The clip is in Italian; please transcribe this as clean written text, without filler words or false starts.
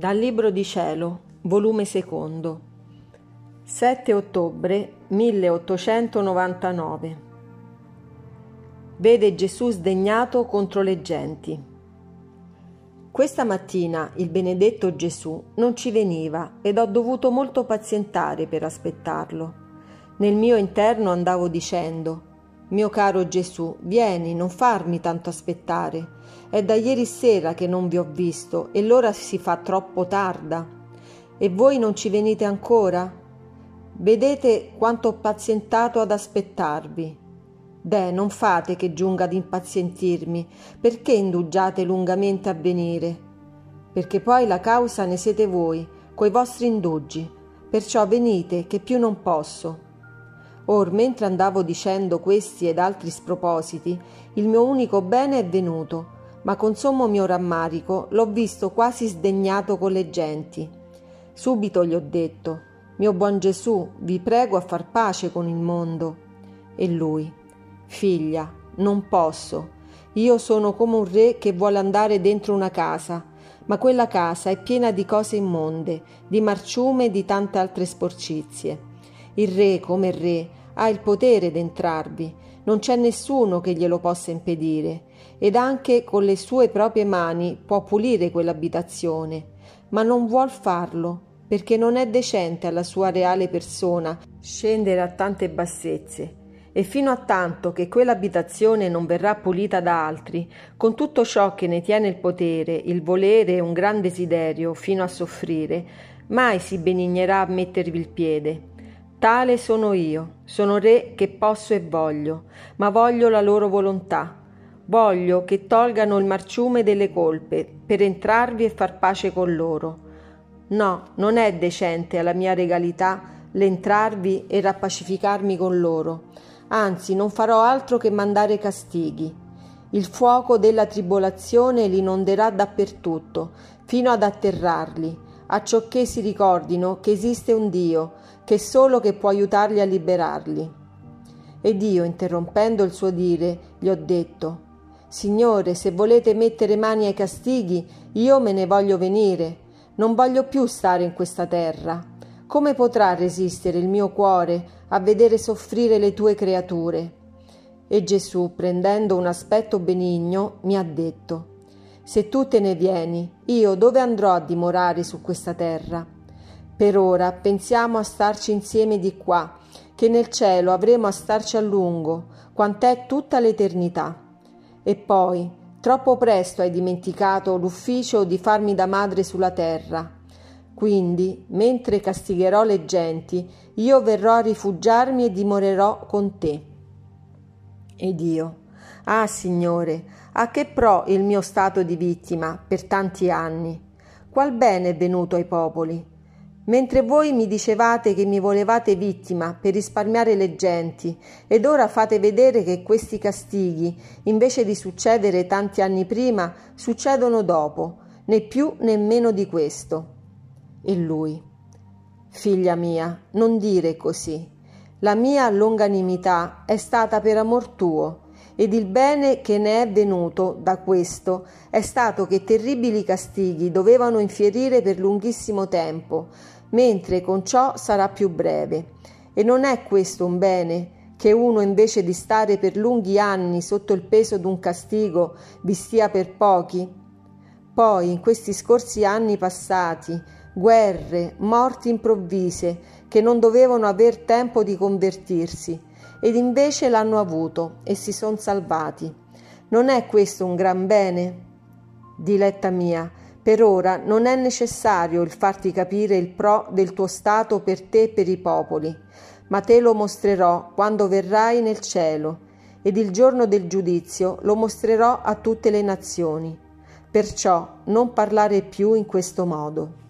Dal Libro di Cielo, volume 2, 7 ottobre 1899. Vede Gesù sdegnato contro le genti. Questa mattina il benedetto Gesù non ci veniva ed ho dovuto molto pazientare per aspettarlo. Nel mio interno andavo dicendo: mio caro Gesù, vieni, non farmi tanto aspettare. È da ieri sera che non vi ho visto e l'ora si fa troppo tarda. E voi non ci venite ancora? Vedete quanto ho pazientato ad aspettarvi. Deh, non fate che giunga ad impazientirmi, perché indugiate lungamente a venire? Perché poi la causa ne siete voi, coi vostri indugi, perciò venite, che più non posso. Or, mentre andavo dicendo questi ed altri spropositi, il mio unico bene è venuto, ma con sommo mio rammarico l'ho visto quasi sdegnato con le genti. Subito gli ho detto: mio buon Gesù, vi prego a far pace con il mondo. E lui: figlia, non posso. Io sono come un re che vuole andare dentro una casa, ma quella casa è piena di cose immonde, di marciume e di tante altre sporcizie. Il re, come re, ha il potere d'entrarvi, non c'è nessuno che glielo possa impedire, ed anche con le sue proprie mani può pulire quell'abitazione, ma non vuol farlo, perché non è decente alla sua reale persona scendere a tante bassezze. E fino a tanto che quell'abitazione non verrà pulita da altri, con tutto ciò che ne tiene il potere, il volere e un gran desiderio fino a soffrire, mai si benignerà a mettervi il piede. Tale sono io, sono re che posso e voglio, ma voglio la loro volontà. Voglio che tolgano il marciume delle colpe per entrarvi e far pace con loro. No, non è decente alla mia regalità l'entrarvi e rappacificarmi con loro. Anzi, non farò altro che mandare castighi. Il fuoco della tribolazione li inonderà dappertutto, fino ad atterrarli, acciocché si ricordino che esiste un Dio, che solo che può aiutarli a liberarli. Ed io, interrompendo il suo dire, gli ho detto: Signore, se volete mettere mani ai castighi, io me ne voglio venire. Non voglio più stare in questa terra. Come potrà resistere il mio cuore a vedere soffrire le tue creature? E Gesù, prendendo un aspetto benigno, mi ha detto: se tu te ne vieni, io dove andrò a dimorare su questa terra? Per ora pensiamo a starci insieme di qua, che nel cielo avremo a starci a lungo, quant'è tutta l'eternità. E poi, troppo presto hai dimenticato l'ufficio di farmi da madre sulla terra. Quindi, mentre castigherò le genti, io verrò a rifugiarmi e dimorerò con te. Ed io: ah, Signore, a che pro il mio stato di vittima per tanti anni? Qual bene è venuto ai popoli? Mentre voi mi dicevate che mi volevate vittima per risparmiare le genti, ed ora fate vedere che questi castighi, invece di succedere tanti anni prima, succedono dopo, né più né meno di questo. E lui: figlia mia, non dire così. La mia longanimità è stata per amor tuo, ed il bene che ne è venuto da questo è stato che terribili castighi dovevano infierire per lunghissimo tempo, mentre con ciò sarà più breve. E non è questo un bene, che uno invece di stare per lunghi anni sotto il peso d'un castigo vi stia per pochi? Poi, in questi scorsi anni passati, guerre, morti improvvise, che non dovevano aver tempo di convertirsi, ed invece l'hanno avuto e si son salvati. Non è questo un gran bene? Diletta mia, per ora non è necessario il farti capire il pro del tuo stato per te e per i popoli, ma te lo mostrerò quando verrai nel cielo, ed il giorno del giudizio lo mostrerò a tutte le nazioni. Perciò non parlare più in questo modo.